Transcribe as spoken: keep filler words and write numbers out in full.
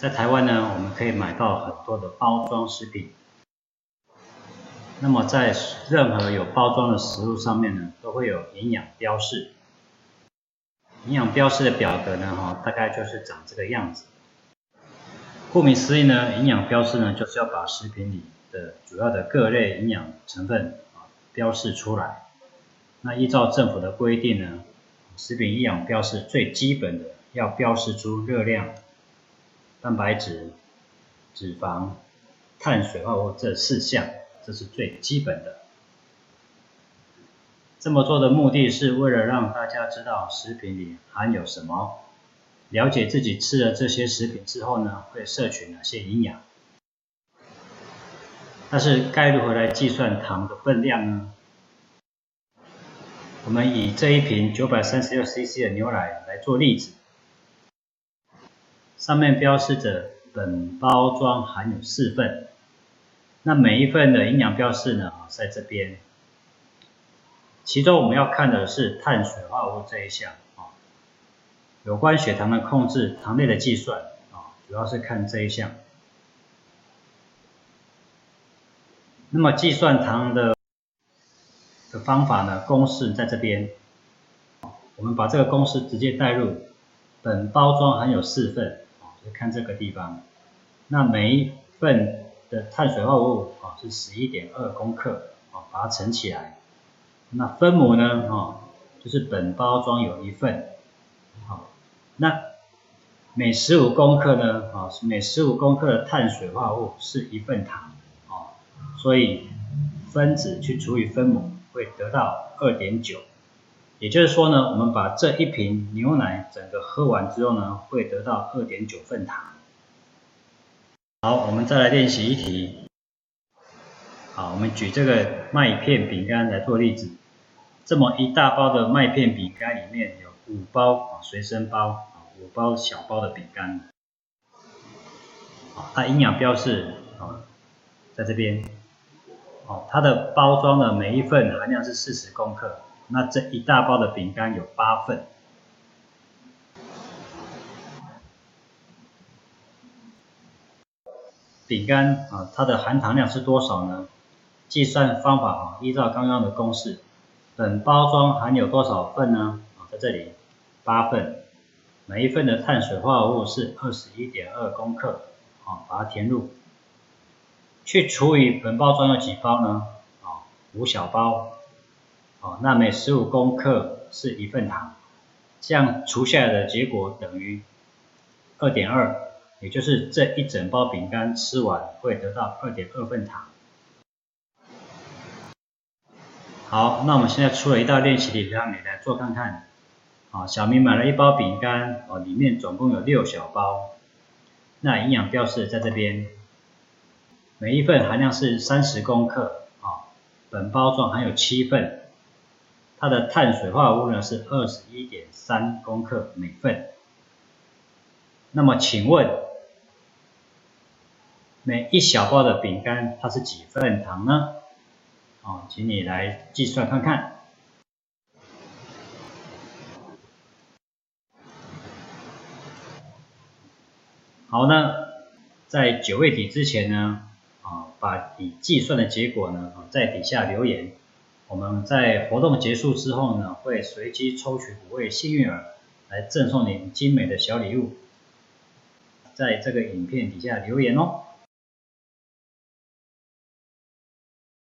在台湾呢，我们可以买到很多的包装食品。那么在任何有包装的食物上面呢，都会有营养标示。营养标示的表格呢，哈，大概就是长这个样子。顾名思义呢，营养标示呢，就是要把食品里的主要的各类营养成分啊标示出来。那依照政府的规定呢，食品营养标示最基本的要标示出热量、蛋白质、脂肪、碳水化合物这四项，这是最基本的。这么做的目的是为了让大家知道食品里含有什么，了解自己吃了这些食品之后呢，会摄取哪些营养。但是该如何来计算糖的分量呢？我们以这一瓶 九百三十六 C C 的牛奶来做例子，上面标示着本包装含有四份，那每一份的营养标示呢，在这边。其中我们要看的是碳水化合物这一项啊，有关血糖的控制、糖类的计算啊，主要是看这一项。那么计算糖的的方法呢，公式在这边，我们把这个公式直接带入，本包装含有四份啊，就看这个地方。那每一份的碳水化合物啊是 十一点二 公克啊，把它乘起来。那分母呢？哦，就是本包装有一份，好，那每十五公克呢？啊，每十五公克的碳水化合物是一份糖，哦，所以分子去除以分母会得到 二点九， 也就是说呢，我们把这一瓶牛奶整个喝完之后呢，会得到 二点九 份糖。好，我们再来练习一题。好，我们举这个麦片饼干来做例子。这么一大包的麦片饼干里面有五包随身包，五包小包的饼干。它营养标示在这边。它的包装的每一份含量是四十公克，那这一大包的饼干有八份。饼干啊，它的含糖量是多少呢？计算方法啊，依照刚刚的公式，本包装含有多少份呢？啊，在这里八份，每一份的碳水化合物是 二十一点二 公克，啊，把它填入，去除以本包装有几包呢？啊，五小包，啊，那每十五公克是一份糖，这样除下来的结果等于 二点二。也就是这一整包饼干吃完会得到 二点二 份糖。好，那我们现在出了一道练习题让你来做看看。啊，小明买了一包饼干，哦，里面总共有六小包。那营养标示在这边，每一份含量是三十公克，啊，本包装含有七份，它的碳水化合物呢是 二十一点三 公克每份。那么请问，每一小包的饼干它是几份糖呢？哦，请你来计算看看。好，那在九位题之前呢，啊，把你计算的结果呢，在底下留言。我们在活动结束之后呢，会随机抽取五位幸运儿来赠送你精美的小礼物。在这个影片底下留言哦。